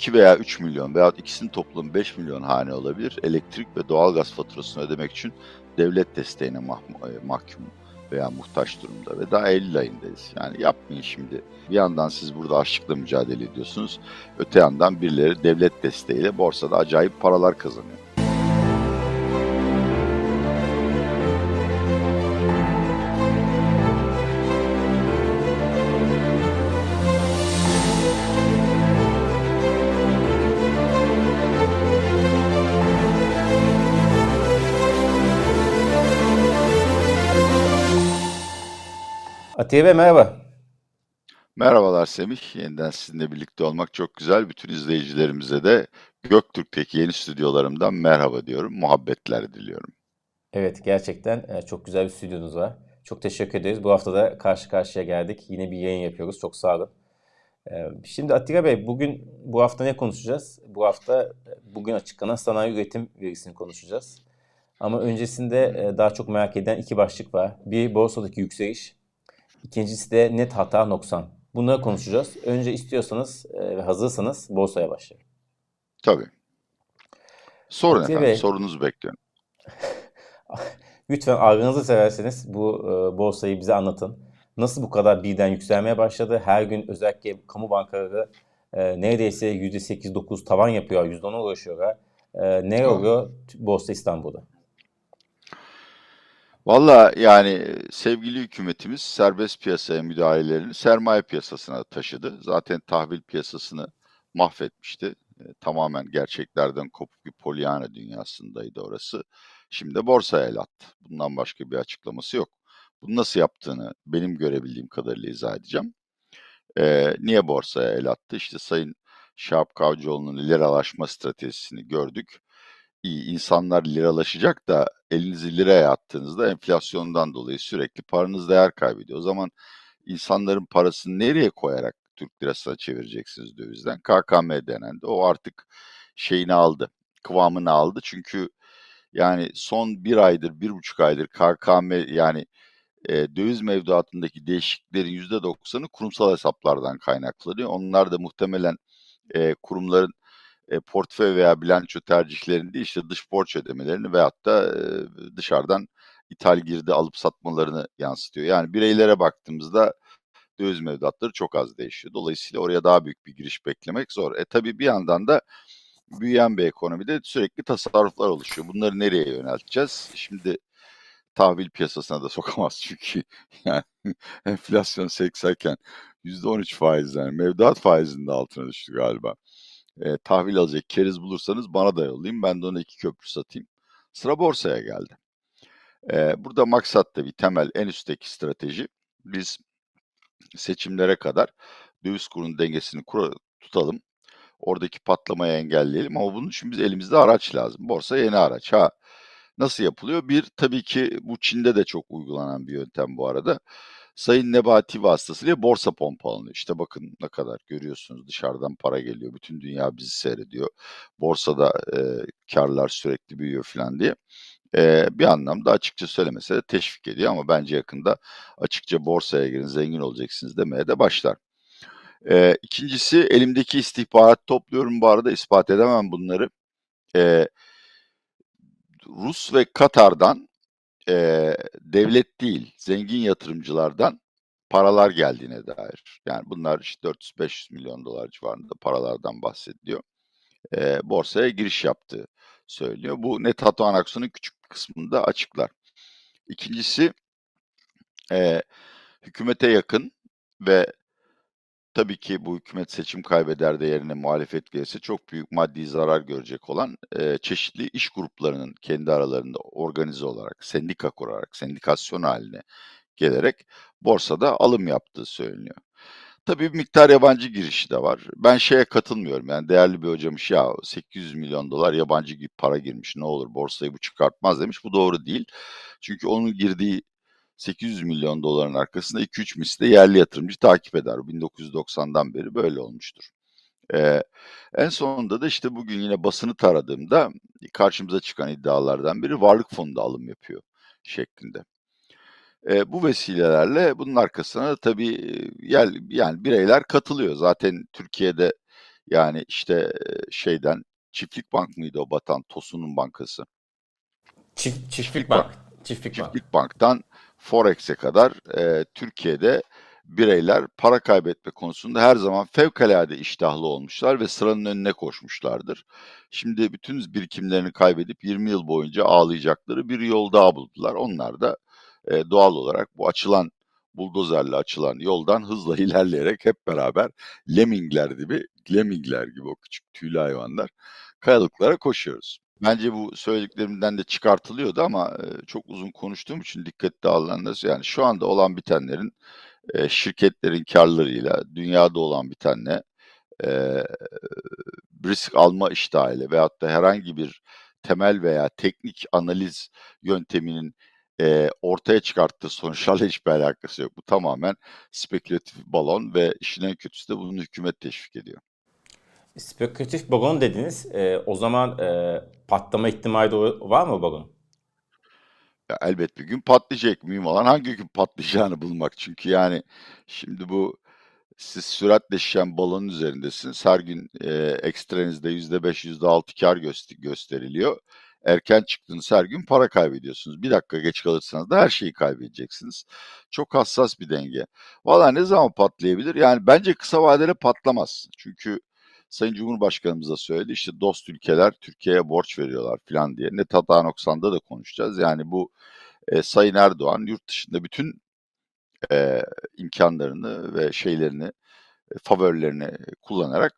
2 veya 3 milyon veyahut ikisinin toplamı 5 milyon hane olabilir. Elektrik ve doğalgaz faturasını ödemek için devlet desteğine mahkum veya muhtaç durumda ve daha Eylül ayındayız. Yani yapmayın şimdi. Bir yandan siz burada açlıkla mücadele ediyorsunuz. Öte yandan birileri devlet desteğiyle borsada acayip paralar kazanıyor. Atiye Bey merhaba. Merhabalar Semih. Yeniden sizinle birlikte olmak çok güzel. Bütün izleyicilerimize de Göktürk'teki yeni stüdyolarımdan merhaba diyorum. Muhabbetler diliyorum. Evet gerçekten çok güzel bir stüdyonuz var. Çok teşekkür ederiz. Bu hafta da karşı karşıya geldik. Yine bir yayın yapıyoruz. Çok sağ olun. Şimdi Atiye Bey bu hafta ne konuşacağız? Bu hafta bugün açıklanan sanayi üretim verisini konuşacağız. Ama öncesinde daha çok merak edilen iki başlık var. Bir borsadaki yükseliş. İkincisi de net hata noksan. Bunları konuşacağız. Önce istiyorsanız ve hazırsanız borsaya başlayalım. Tabii. Sorun Atiye efendim. Bey Sorunuzu bekliyorum. lütfen ağzınızı severseniz bu borsayı bize anlatın. Nasıl bu kadar birden yükselmeye başladı? Her gün özellikle kamu bankaları neredeyse %8-9 tavan yapıyor, %10'a ulaşıyorlar. Ne Oh. oluyor Borsa İstanbul'da? Valla yani sevgili hükümetimiz serbest piyasaya müdahalelerini sermaye piyasasına taşıdı. Zaten tahvil piyasasını mahvetmişti. Tamamen gerçeklerden kopuk bir Pollyanna dünyasındaydı orası. Şimdi de borsaya el attı. Bundan başka bir açıklaması yok. Bunu nasıl yaptığını benim görebildiğim kadarıyla izah edeceğim. Niye borsaya el attı? İşte Sayın Şahap Kavcıoğlu'nun liralaşma stratejisini gördük. İyi, insanlar liralaşacak da elinizi liraya attığınızda enflasyondan dolayı sürekli paranız değer kaybediyor. O zaman insanların parasını nereye koyarak Türk lirasına çevireceksiniz dövizden? KKM denendi. O artık şeyini aldı, kıvamını aldı. Çünkü yani son bir aydır, 1,5 aydır KKM yani döviz mevduatındaki değişikliklerin %90'ı kurumsal hesaplardan kaynaklanıyor. Onlar da muhtemelen kurumların portföy veya bilanço tercihlerini değil, işte dış borç ödemelerini veyahut da dışarıdan ithal girdi alıp satmalarını yansıtıyor. Yani bireylere baktığımızda döviz mevduatları çok az değişiyor. Dolayısıyla oraya daha büyük bir giriş beklemek zor. Tabii bir yandan da büyüyen bir ekonomide sürekli tasarruflar oluşuyor. Bunları nereye yönelteceğiz? Şimdi tahvil piyasasına da sokamaz çünkü yani enflasyon sekserken %13 faizden mevduat faizinin de altına düştü galiba. Tahvil alacak keriz bulursanız bana da yollayın. Ben de ona 2 köprü satayım. Sıra borsaya geldi. Burada maksat tabii temel en üstteki strateji. Biz seçimlere kadar döviz kurunun dengesini tutalım. Oradaki patlamayı engelleyelim ama bunun için biz elimizde araç lazım. Borsa yeni araç. Nasıl yapılıyor? Bir, tabii ki bu Çin'de de çok uygulanan bir yöntem bu arada. Sayın Nebati vasıtasıyla borsa pompalanıyor. İşte bakın ne kadar görüyorsunuz dışarıdan para geliyor. Bütün dünya bizi seyrediyor. Borsada karlar sürekli büyüyor falan diye. Bir anlamda açıkça söylemese de teşvik ediyor ama bence yakında açıkça borsaya girin zengin olacaksınız demeye de başlar. İkincisi elimdeki istihbarat topluyorum bu arada ispat edemem bunları. Ee, Rus ve Katar'dan devlet değil zengin yatırımcılardan paralar geldiğine dair. Yani bunlar işte 400-500 milyon dolar civarında paralardan bahsediliyor. Borsaya giriş yaptığı söyleniyor. Bu net hata aksiyonun küçük bir kısmını da açıklar. İkincisi hükümete yakın ve tabii ki bu hükümet seçim kaybeder de yerine muhalefet gelirse çok büyük maddi zarar görecek olan çeşitli iş gruplarının kendi aralarında organize olarak, sendika kurarak, sendikasyon haline gelerek borsada alım yaptığı söyleniyor. Tabii bir miktar yabancı girişi de var. Ben şeye katılmıyorum. Yani değerli bir hocamış ya 800 milyon dolar yabancı para girmiş ne olur borsayı bu çıkartmaz demiş. Bu doğru değil. Çünkü onun girdiği 800 milyon doların arkasında 2-3 misli de yerli yatırımcı takip eder. 1990'dan beri böyle olmuştur. Ee, En sonunda da işte bugün yine basını taradığımda karşımıza çıkan iddialardan biri varlık fonunda alım yapıyor şeklinde. Bu vesilelerle bunun arkasına da tabii yani bireyler katılıyor. Zaten Türkiye'de Yani işte şeyden Çiftlik Bank mıydı o batan Tosun'un bankası? Çiftlik Çiftlik Bank. Bank. Çiftlik Bank. Çiftlik Bank'tan Forex'e kadar Türkiye'de bireyler para kaybetme konusunda her zaman fevkalade iştahlı olmuşlar ve sıranın önüne koşmuşlardır. Şimdi bütün birikimlerini kaybedip 20 yıl boyunca ağlayacakları bir yol daha buldular. Onlar da doğal olarak bu buldozerle açılan yoldan hızla ilerleyerek hep beraber lemmingler gibi o küçük tüylü hayvanlar kayalıklara koşuyoruz. Bence bu söylediklerimden de çıkartılıyordu ama çok uzun konuştuğum için dikkat dağılanlar yani şu anda olan bitenlerin şirketlerin karlarıyla dünyada olan bitenle e, risk alma iştahıyla veyahut da herhangi bir temel veya teknik analiz yönteminin ortaya çıkarttığı sonuçlarla hiçbir alakası yok. Bu tamamen spekülatif bir balon ve işin en kötüsü de bunu hükümet teşvik ediyor. Spekülatif balon dediniz. O zaman patlama ihtimali de var mı balon? Ya elbet bir gün patlayacak. Mühim olan hangi gün patlayacağını bulmak. Çünkü yani şimdi siz süratle şişen balonun üzerindesiniz. Her gün ekstrenizde %5, %6 kar gösteriliyor. Erken çıktığınız her gün para kaybediyorsunuz. Bir dakika geç kalırsanız da her şeyi kaybedeceksiniz. Çok hassas bir denge. Valla ne zaman patlayabilir? Yani bence kısa vadede patlamaz. Çünkü Sayın Cumhurbaşkanımız da söyledi işte dost ülkeler Türkiye'ye borç veriyorlar falan diye. Net hata noksanda da konuşacağız. Yani bu Sayın Erdoğan yurt dışında bütün e, imkanlarını ve favorilerini kullanarak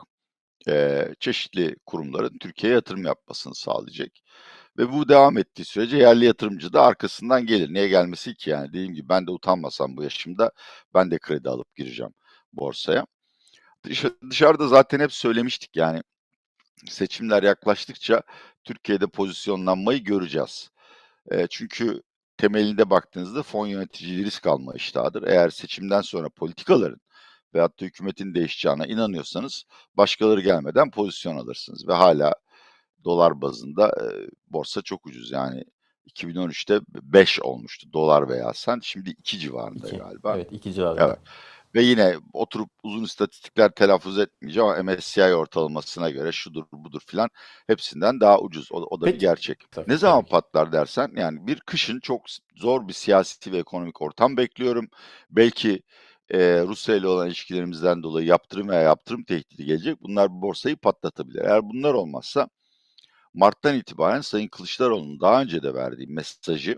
çeşitli kurumların Türkiye'ye yatırım yapmasını sağlayacak. Ve bu devam ettiği sürece yerli yatırımcı da arkasından gelir. Niye gelmesi ki yani? Dediğim gibi ben de utanmasam bu yaşımda ben de kredi alıp gireceğim borsaya. Dışarıda zaten hep söylemiştik yani seçimler yaklaştıkça Türkiye'de pozisyonlanmayı göreceğiz. Çünkü temelinde baktığınızda fon yöneticiliği risk alma iştahıdır. Eğer seçimden sonra politikaların veyahut da hükümetin değişeceğine inanıyorsanız başkaları gelmeden pozisyon alırsınız ve hala dolar bazında borsa çok ucuz. Yani 2013'te 5 olmuştu dolar veya sen. Şimdi 2 civarında 2. galiba. Evet, 2 Evet. civarında. Ve yine oturup uzun istatistikler telaffuz etmeyeceğim ama MSCI ortalamasına göre şudur budur filan hepsinden daha ucuz. O da bir Peki, gerçek. tabii, Ne tabii zaman ki. patlar dersen yani bir kışın çok zor bir siyasi ve ekonomik ortam bekliyorum. Belki Rusya ile olan ilişkilerimizden dolayı yaptırım veya yaptırım tehdidi gelecek. Bunlar borsayı patlatabilir. Eğer bunlar olmazsa Mart'tan itibaren Sayın Kılıçdaroğlu'nun daha önce de verdiği mesajı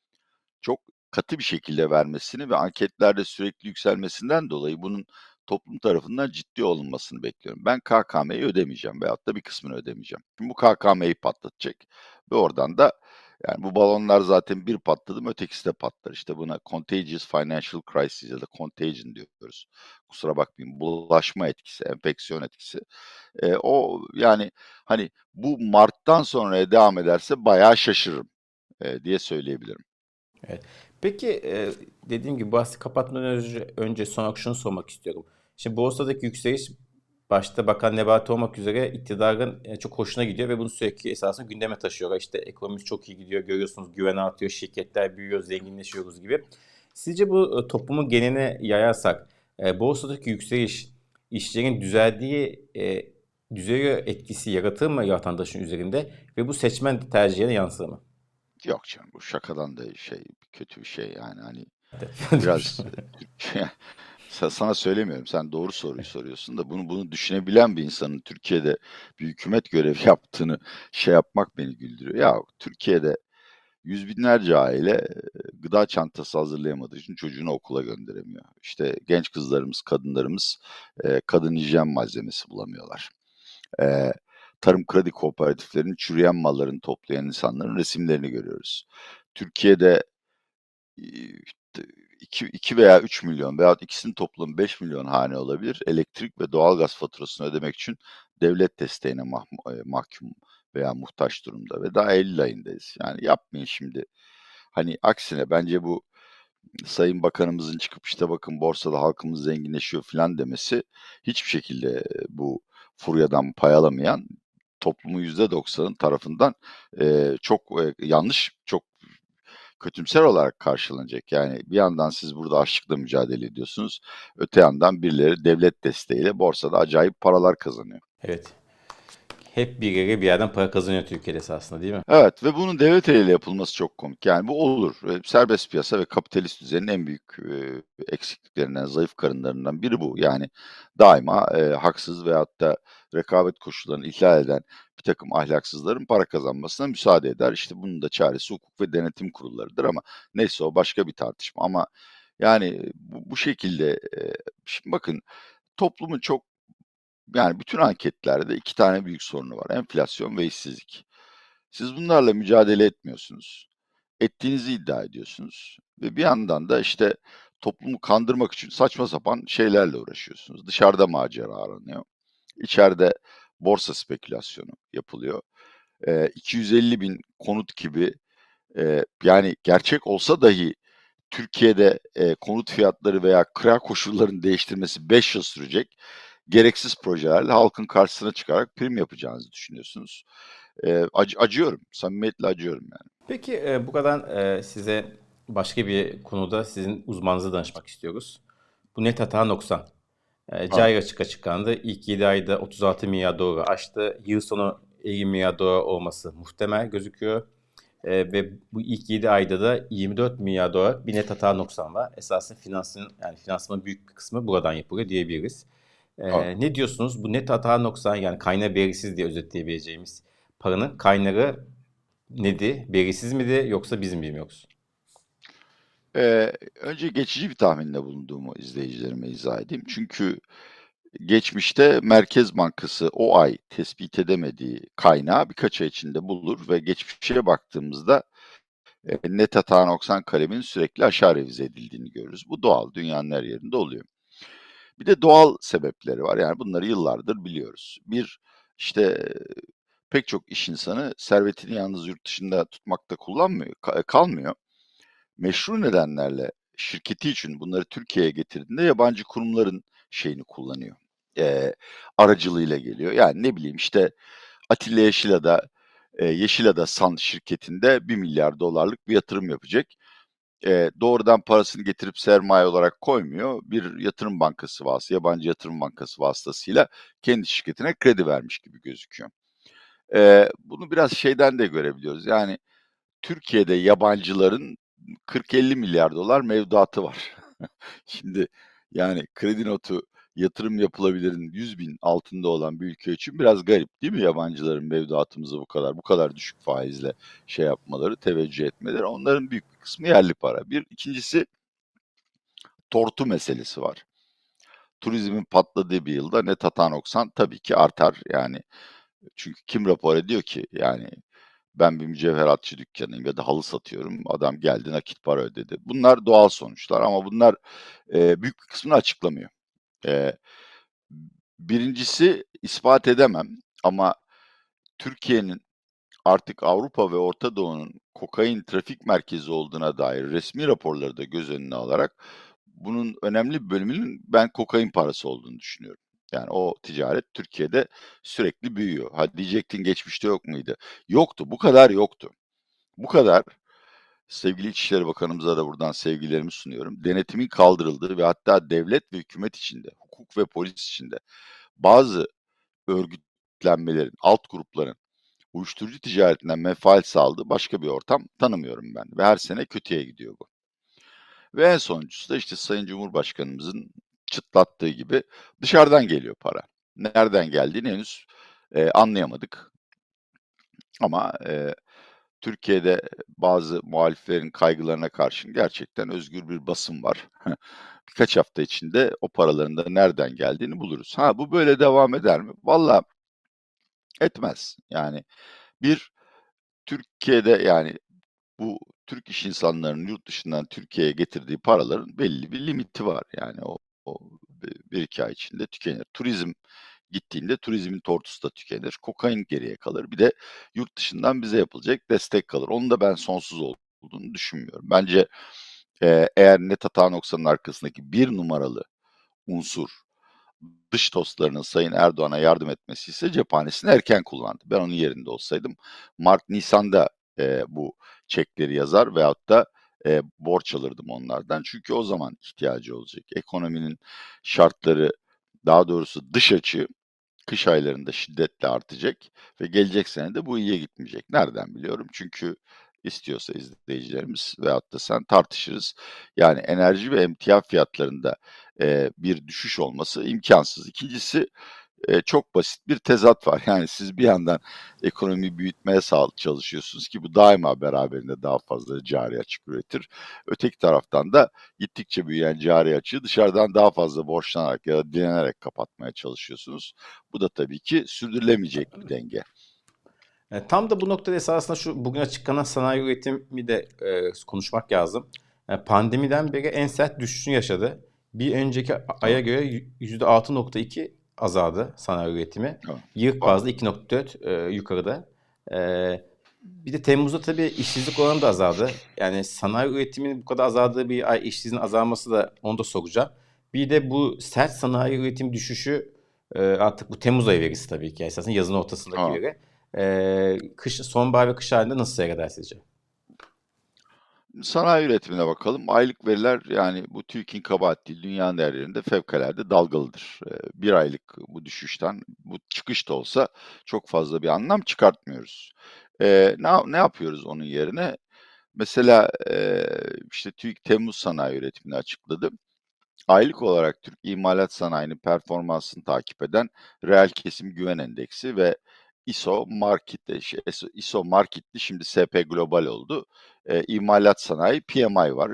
çok katı bir şekilde vermesini ve anketlerde sürekli yükselmesinden dolayı bunun toplum tarafından ciddi alınmasını bekliyorum. Ben KKM'yi ödemeyeceğim veyahut da bir kısmını ödemeyeceğim. Şimdi bu KKM'yi patlatacak ve oradan da yani bu balonlar zaten bir patladı mı ötekisi de patlar. İşte buna contagious financial crisis ya da contagion diyoruz. Kusura bakmayın bulaşma etkisi, enfeksiyon etkisi. O yani hani bu Mart'tan sonraya devam ederse bayağı şaşırırım diye söyleyebilirim. Evet. Peki dediğim gibi bahsi kapatmadan önce son olarak şunu sormak istiyorum. Şimdi borsadaki yükseliş başta Bakan Nebati olmak üzere iktidarın çok hoşuna gidiyor ve bunu sürekli esasında gündeme taşıyorlar. İşte ekonomimiz çok iyi gidiyor, görüyorsunuz güven artıyor, şirketler büyüyor, zenginleşiyoruz gibi. Sizce bu toplumun geneline yayarsak borsadaki yükseliş işlerin düzeliyor etkisi yaratır mı vatandaşın üzerinde ve bu seçmen tercihine yansır mı? Yok canım bu şakadan da kötü bir şey yani hani biraz Evet. Türkiye sana söylemiyorum sen doğru soruyu soruyorsun da bunu düşünebilen bir insanın Türkiye'de bir hükümet görevi yaptığını yapmak beni güldürüyor. Ya Türkiye'de yüz binlerce aile gıda çantası hazırlayamadığı için çocuğunu okula gönderemiyor. İşte genç kızlarımız, kadınlarımız kadın hijyen malzemesi bulamıyorlar. E, Tarım kredi kooperatiflerinin çürüyen mallarını toplayan insanların resimlerini görüyoruz. Türkiye'de İii, 2 veya 3 milyon veyahut ikisinin toplamı 5 milyon hane olabilir. Elektrik ve doğalgaz faturasını ödemek için devlet desteğine mahkum veya muhtaç durumda ve daha eylül ayındayız. Yani yapmayın şimdi. Hani aksine bence bu Sayın Bakanımızın çıkıp işte bakın borsada halkımız zenginleşiyor filan demesi hiçbir şekilde bu furyadan pay alamayan toplumun %90'ın tarafından çok yanlış, çok kötümser olarak karşılanacak. Yani bir yandan siz burada açlıkla mücadele ediyorsunuz. Öte yandan birileri devlet desteğiyle borsada acayip paralar kazanıyor. Evet. Hep birileri bir yerden para kazanıyor Türkiye'de esasında değil mi? Evet ve bunun devlet eliyle yapılması çok komik. Yani bu olur. Serbest piyasa ve kapitalist düzenin en büyük eksikliklerinden, zayıf karınlarından biri bu. Yani daima haksız veyahut da rekabet koşullarını ihlal eden bir takım ahlaksızların para kazanmasına müsaade eder. İşte bunun da çaresi hukuk ve denetim kurullarıdır ama neyse o başka bir tartışma. Ama yani bu şekilde şimdi bakın toplumun çok yani bütün anketlerde iki tane büyük sorunu var. Enflasyon ve işsizlik. Siz bunlarla mücadele etmiyorsunuz. Ettiğinizi iddia ediyorsunuz ve bir yandan da işte toplumu kandırmak için saçma sapan şeylerle uğraşıyorsunuz. Dışarıda macera aranıyor. İçeride borsa spekülasyonu yapılıyor. 250 bin konut gibi yani gerçek olsa dahi Türkiye'de konut fiyatları veya kira koşullarını değiştirmesi 5 yıl sürecek gereksiz projelerle halkın karşısına çıkarak prim yapacağınızı düşünüyorsunuz. Acıyorum, samimiyetle acıyorum yani. Peki buradan size başka bir konuda sizin uzmanınıza danışmak istiyoruz. Bu net hata noksan. Evet, Cayr açıklandı. İlk 7 ayda 36 milyar doları aştı. Yıl sonu 50 milyar dolar olması muhtemel gözüküyor. Ve bu ilk 7 ayda da 24 milyar dolar bir net hata noksan var. Esasında finansmanın büyük bir kısmı buradan yapılıyor diyebiliriz. evet. Ne diyorsunuz? Bu net hata noksan yani kaynağı belirsiz diye özetleyebileceğimiz paranın kaynağı nedir? Belirsiz midir yoksa biz mi bilmiyoruz? Önce geçici bir tahminde bulunduğumu izleyicilerime izah edeyim. Çünkü geçmişte Merkez Bankası o ay tespit edemediği kaynağı birkaç ay içinde bulur ve geçmişe baktığımızda net hata noksan kaleminin sürekli aşağı revize edildiğini görürüz. Bu doğal, dünyanın her yerinde oluyor. Bir de doğal sebepleri var. Yani bunları yıllardır biliyoruz. Bir, işte pek çok iş insanı servetini yalnız yurt dışında tutmakta kalmıyor. Meşru nedenlerle şirketi için bunları Türkiye'ye getirdiğinde yabancı kurumların şeyini kullanıyor. Aracılığıyla geliyor. Yani ne bileyim işte Atilla Yeşilada San şirketinde 1 milyar dolarlık bir yatırım yapacak. Doğrudan parasını getirip sermaye olarak koymuyor. Bir yatırım bankası vasıtasıyla, yabancı yatırım bankası vasıtasıyla kendi şirketine kredi vermiş gibi gözüküyor. Bunu biraz şeyden de görebiliyoruz. Yani Türkiye'de yabancıların 40-50 milyar dolar mevduatı var. Şimdi yani kredi notu yatırım yapılabilirin 100 bin altında olan bir ülke için biraz garip değil mi yabancıların mevduatımızı bu kadar düşük faizle şey yapmaları, teveccüh etmeleri. Onların büyük bir kısmı yerli para. Bir, ikincisi tortu meselesi var. Turizmin patladığı bir yılda net hata noksan tabii ki artar. Yani çünkü kim rapor ediyor ki? Yani ben bir mücevheratçı dükkanıyım ya da halı satıyorum. Adam geldi nakit para ödedi. Bunlar doğal sonuçlar ama bunlar büyük bir kısmını açıklamıyor. E, Birincisi ispat edemem ama Türkiye'nin artık Avrupa ve Orta Doğu'nun kokain trafik merkezi olduğuna dair resmi raporları da göz önüne alarak bunun önemli bir bölümünün ben kokain parası olduğunu düşünüyorum. Yani o ticaret Türkiye'de sürekli büyüyor. Ha diyecektin geçmişte yok muydu? Yoktu. Bu kadar yoktu. Bu kadar sevgili İçişleri Bakanımıza da buradan sevgilerimi sunuyorum. Denetimin kaldırıldığı ve hatta devlet ve hükümet içinde, hukuk ve polis içinde bazı örgütlenmelerin, alt grupların uyuşturucu ticaretinden menfaat sağladığı başka bir ortam tanımıyorum ben. Ve her sene kötüye gidiyor bu. Ve en sonuncusu da işte Sayın Cumhurbaşkanımızın çıtlattığı gibi dışarıdan geliyor para. Nereden geldiğini henüz anlayamadık. Ama Türkiye'de bazı muhaliflerin kaygılarına karşın gerçekten özgür bir basın var. Birkaç hafta içinde o paraların da nereden geldiğini buluruz. Ha bu böyle devam eder mi? Valla etmez. Yani bir Türkiye'de yani bu Türk iş insanlarının yurt dışından Türkiye'ye getirdiği paraların belli bir limiti var. Yani o bir iki ay içinde tükenir. Turizm gittiğinde turizmin tortusu da tükenir. Kokain geriye kalır. Bir de yurt dışından bize yapılacak destek kalır. Onun da ben sonsuz olduğunu düşünmüyorum. Bence eğer net hata noksanın arkasındaki bir numaralı unsur dış dostlarının Sayın Erdoğan'a yardım etmesi ise cephanesini erken kullandı. Ben onun yerinde olsaydım Mart-Nisan'da bu çekleri yazar veyahut da borç alırdım onlardan. Çünkü o zaman ihtiyacı olacak. Ekonominin şartları, daha doğrusu dış açı kış aylarında şiddetle artacak ve gelecek sene de bu iyiye gitmeyecek. Nereden biliyorum? Çünkü istiyorsa izleyicilerimiz veyahut da sen tartışırız. Yani enerji ve emtia fiyatlarında bir düşüş olması imkansız. İkincisi çok basit bir tezat var. Yani siz bir yandan ekonomiyi büyütmeye çalışıyorsunuz ki bu daima beraberinde daha fazla cari açık üretir. Öteki taraftan da gittikçe büyüyen cari açığı dışarıdan daha fazla borçlanarak ya da dilenerek kapatmaya çalışıyorsunuz. Bu da tabii ki sürdürülemeyecek bir denge. Tam da bu noktada esasında şu bugün açıklanan sanayi üretimi de konuşmak lazım. Pandemiden beri en sert düşüşünü yaşadı. Bir önceki aya Evet, göre %6,2 azaldı sanayi üretimi. evet. Yıllık Var. bazda 2,4 yukarıda. E, Bir de Temmuz'da tabii işsizlik oranı da azaldı. Yani sanayi üretiminin bu kadar azaldığı bir ay işsizliğin azalması da onu da soracağım. Bir de bu sert sanayi üretim düşüşü artık bu Temmuz ayı verisi tabii ki. Esasında yazın ortasındaki Ha. veri. Sonbahar ve kış ayında nasıl seyreder sizce? Sanayi üretimine bakalım. Aylık veriler yani bu TÜİK'in kabahati değil, dünyanın her yerinde fevkalade dalgalıdır. Bir aylık bu düşüşten, bu çıkış da olsa çok fazla bir anlam çıkartmıyoruz. Ne yapıyoruz onun yerine? Mesela işte TÜİK Temmuz sanayi üretimini açıkladı. Aylık olarak Türk imalat sanayinin performansını takip eden reel kesim güven endeksi ve ISO Market'te, ISO Market'li şimdi SP Global oldu. İmalat sanayi PMI var.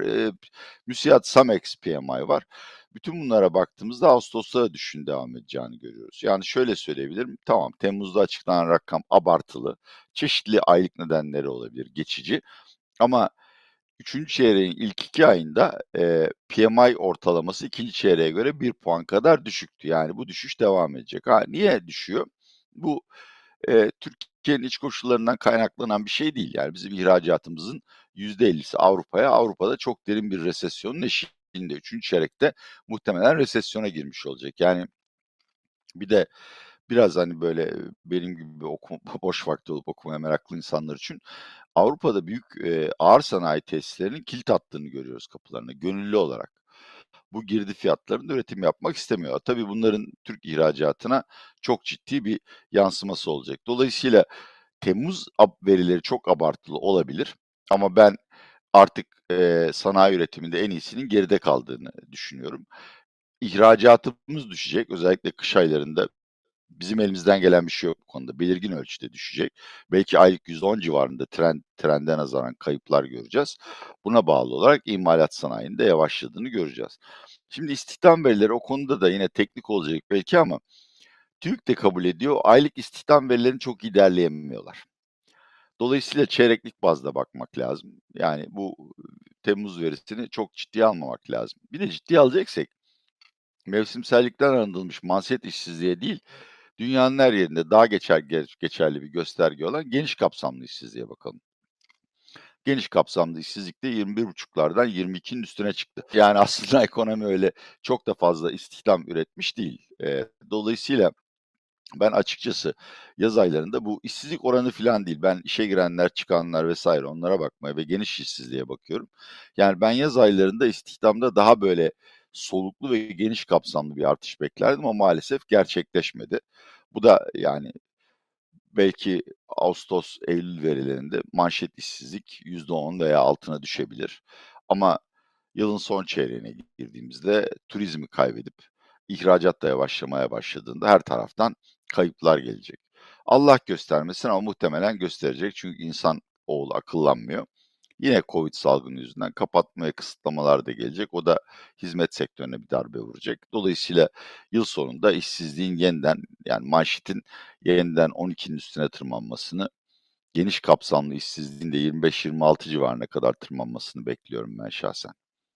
Müsiat Samex PMI var. Bütün bunlara baktığımızda Ağustos'ta da düşüşün devam edeceğini görüyoruz. Yani şöyle söyleyebilirim. Tamam, Temmuz'da açıklanan rakam abartılı. Çeşitli aylık nedenleri olabilir, geçici. Ama üçüncü çeyreğin ilk 2 ayında PMI ortalaması ikinci çeyreğe göre 1 puan kadar düşüktü. Yani bu düşüş devam edecek. Niye düşüyor? Bu Türkiye'nin iç koşullarından kaynaklanan bir şey değil. Yani bizim ihracatımızın %50'si Avrupa'ya. Avrupa'da çok derin bir resesyonun eşiğinde. Üçüncü çeyrekte muhtemelen resesyona girmiş olacak. Yani bir de biraz hani böyle benim gibi boş vakti olup okumaya meraklı insanlar için Avrupa'da büyük ağır sanayi tesislerinin kilit attığını görüyoruz kapılarına gönüllü olarak. Bu girdi fiyatlarında üretim yapmak istemiyor. Tabii bunların Türk ihracatına çok ciddi bir yansıması olacak. Dolayısıyla Temmuz verileri çok abartılı olabilir ama ben artık sanayi üretiminde en iyisinin geride kaldığını düşünüyorum. İhracatımız düşecek. Özellikle kış aylarında bizim elimizden gelen bir şey yok bu konuda. Belirgin ölçüde düşecek. Belki aylık %10 civarında trenden nazaran kayıplar göreceğiz. Buna bağlı olarak imalat sanayinin de yavaşladığını göreceğiz. Şimdi istihdam verileri o konuda da yine teknik olacak belki ama TÜİK de kabul ediyor. Aylık istihdam verilerini çok iyi derleyemiyorlar. Dolayısıyla çeyreklik bazda bakmak lazım. Yani bu Temmuz verisini çok ciddiye almamak lazım. Bir de ciddiye alacaksak mevsimsellikten arındırılmış manşet işsizliğe değil, dünyanın her yerinde daha geçerli bir gösterge olan geniş kapsamlı işsizliğe bakalım. Geniş kapsamlı işsizlikte 21,5'lardan 22'nin üstüne çıktı. Yani aslında ekonomi öyle çok da fazla istihdam üretmiş değil. Dolayısıyla ben açıkçası yaz aylarında bu işsizlik oranı falan değil. Ben işe girenler, çıkanlar vesaire onlara bakmaya ve geniş işsizliğe bakıyorum. Yani ben yaz aylarında istihdamda daha böyle soluklu ve geniş kapsamlı bir artış beklerdim ama maalesef gerçekleşmedi. Bu da yani belki Ağustos, Eylül verilerinde manşet işsizlik %10 veya altına düşebilir. Ama yılın son çeyreğine girdiğimizde turizmi kaybedip ihracat da yavaşlamaya başladığında her taraftan kayıplar gelecek. Allah göstermesin ama muhtemelen gösterecek çünkü insan oğlu akıllanmıyor. Yine Covid salgını yüzünden kapatma ve kısıtlamalar da gelecek. O da hizmet sektörüne bir darbe vuracak. Dolayısıyla yıl sonunda işsizliğin yeniden yani manşetin yeniden 12'nin üstüne tırmanmasını, geniş kapsamlı işsizliğin de 25-26 civarına kadar tırmanmasını bekliyorum ben şahsen.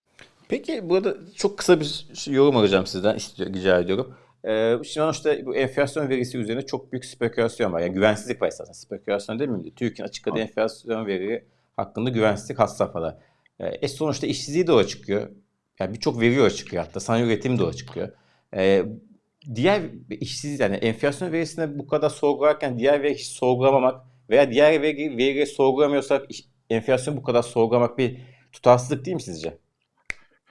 Peki burada çok kısa bir yorum alacağım sizden rica ediyorum. Şimdi işte bu enflasyon verisi üzerine çok büyük spekülasyon var. Yani güvensizlik var esasında. Spekülasyon değil mi? TÜİK'in açıkladığı enflasyon verileri hakkında güvensizlik had safhada. Sonuçta işsizliği de o çıkıyor. Yani birçok veri o çıkıyor hatta. Sanayi üretimi de o çıkıyor. Ee, Diğer işsiz yani enflasyon verisine bu kadar sorgularken diğer veri hiç sorgulamamak veya diğer verileri sorgulamıyorsak enflasyon bu kadar sorgulamak bir tutarsızlık değil mi sizce?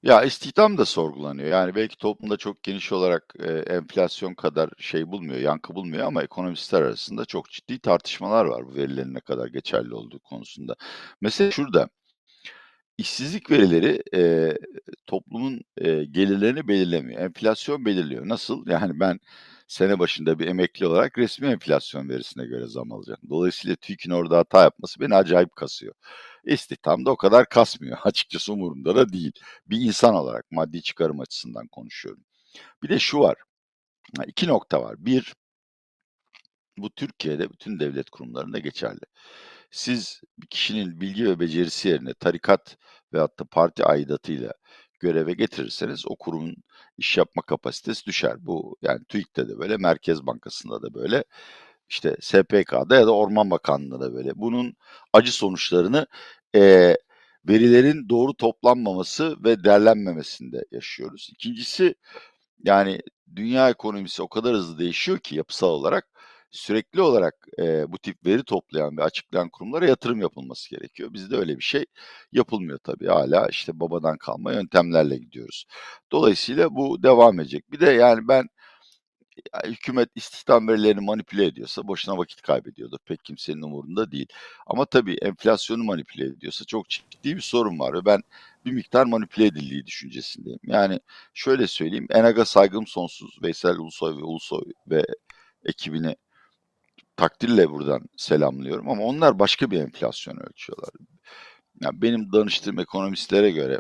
Ya istihdam da sorgulanıyor. Yani belki toplumda çok geniş olarak enflasyon kadar şey bulmuyor, yankı bulmuyor ama ekonomistler arasında çok ciddi tartışmalar var bu verilerin ne kadar geçerli olduğu konusunda. Mesela şurada, işsizlik verileri toplumun gelirlerini belirlemiyor. Enflasyon belirliyor. Nasıl? Yani ben sene başında bir emekli olarak resmi enflasyon verisine göre zam alacağım. Dolayısıyla TÜİK'in orada hata yapması beni acayip kasıyor. İstihdam da o kadar kasmıyor. Açıkçası umurumda da değil. Bir insan olarak maddi çıkarım açısından konuşuyorum. Bir de şu var. İki nokta var. Bir, bu Türkiye'de bütün devlet kurumlarında geçerli. Siz bir kişinin bilgi ve becerisi yerine tarikat veyahut da parti aidatıyla göreve getirirseniz o kurumun iş yapma kapasitesi düşer. Bu yani TÜİK'te de böyle, Merkez Bankası'nda da böyle, işte SPK'da ya da Orman Bakanlığı'nda da böyle. Bunun acı sonuçlarını eee, verilerin doğru toplanmaması ve derlenmemesinde yaşıyoruz. İkincisi, yani dünya ekonomisi o kadar hızlı değişiyor ki yapısal olarak, sürekli olarak bu tip veri toplayan ve açıklayan kurumlara yatırım yapılması gerekiyor. Bizde öyle bir şey yapılmıyor tabii. Hala işte babadan kalma yöntemlerle gidiyoruz. Dolayısıyla bu devam edecek. Bir de yani ben, ya hükümet istihdam verilerini manipüle ediyorsa boşuna vakit kaybediyordur. Pek kimsenin umurunda değil. Ama tabii enflasyonu manipüle ediyorsa çok ciddi bir sorun var ve ben bir miktar manipüle edildiği düşüncesindeyim. Yani şöyle söyleyeyim, ENAG'a saygım sonsuz. Veysel Ulusoy ve ekibini takdirle buradan selamlıyorum ama onlar başka bir enflasyon ölçüyorlar. Yani benim danıştığım ekonomistlere göre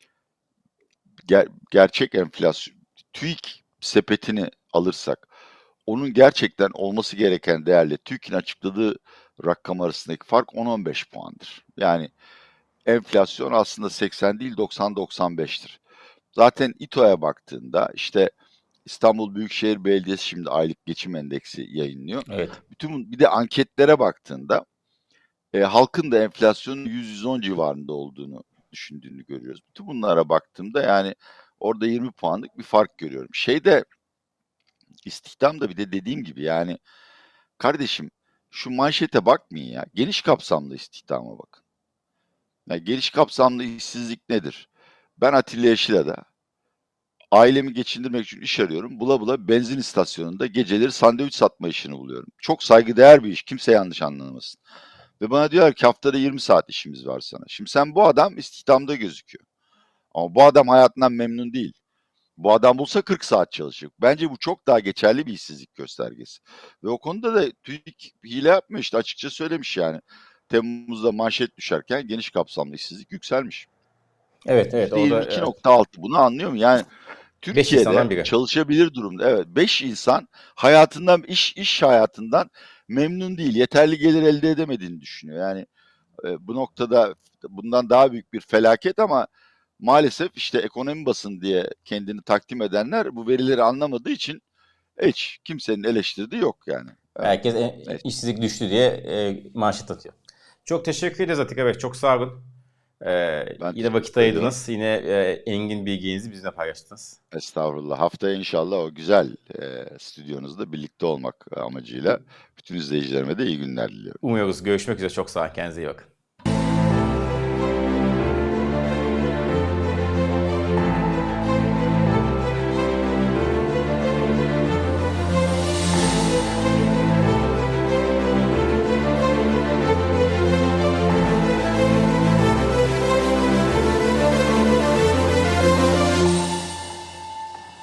gerçek enflasyon, TÜİK sepetini alırsak, onun gerçekten olması gereken değerle TÜİK'in açıkladığı rakam arasındaki fark 10-15 puandır. Yani enflasyon aslında 80 değil 90-95'tir. Zaten İTO'ya baktığında, işte İstanbul Büyükşehir Belediyesi şimdi aylık geçim endeksi yayınlıyor. Evet. Bir de anketlere baktığında halkın da enflasyonun 100-110 civarında olduğunu düşündüğünü görüyoruz. Bütün bunlara baktığımda yani orada 20 puanlık bir fark görüyorum. İstihdamda bir de dediğim gibi yani, kardeşim, şu manşete bakmayın ya. Geniş kapsamlı istihdama bakın. Yani geniş kapsamlı işsizlik nedir? Ben Atilla Yeşilada ailemi geçindirmek için iş arıyorum. Bula bula benzin istasyonunda geceleri sandviç satma işini buluyorum. Çok saygıdeğer bir iş. Kimse yanlış anlamasın. Ve bana diyorlar ki haftada 20 saat işimiz var sana. Şimdi sen, bu adam istihdamda gözüküyor. Ama bu adam hayatından memnun değil. Bu adam bulsa 40 saat çalışacak. Bence bu çok daha geçerli bir işsizlik göstergesi. Ve o konuda da TÜİK hile yapmıyor, işte açıkça söylemiş yani. Temmuz'da manşet düşerken geniş kapsamlı işsizlik yükselmiş. Evet, evet, orada %22,6, bunu anlıyor mu? Yani 5 Türkiye'de insandan biri. çalışabilir durumda. Evet, 5 insan hayatından, iş hayatından memnun değil. Yeterli gelir elde edemediğini düşünüyor. Yani bu noktada bundan daha büyük bir felaket ama maalesef işte ekonomi basın diye kendini takdim edenler bu verileri anlamadığı için hiç kimsenin eleştirdiği yok yani. Evet, Herkes neyse. işsizlik düştü diye manşet atıyor. Çok teşekkür ederiz Atika Bey. Çok sağ olun. Ben Yine vakit teşekkür ediyorum. ayırdınız. Yine engin bilginizi bizimle paylaştınız. Estağfurullah. Haftaya inşallah o güzel stüdyonuzda birlikte olmak amacıyla bütün izleyicilerime de iyi günler diliyorum. Umuyoruz. Görüşmek üzere. Çok sağ olun. Kendinize iyi bakın.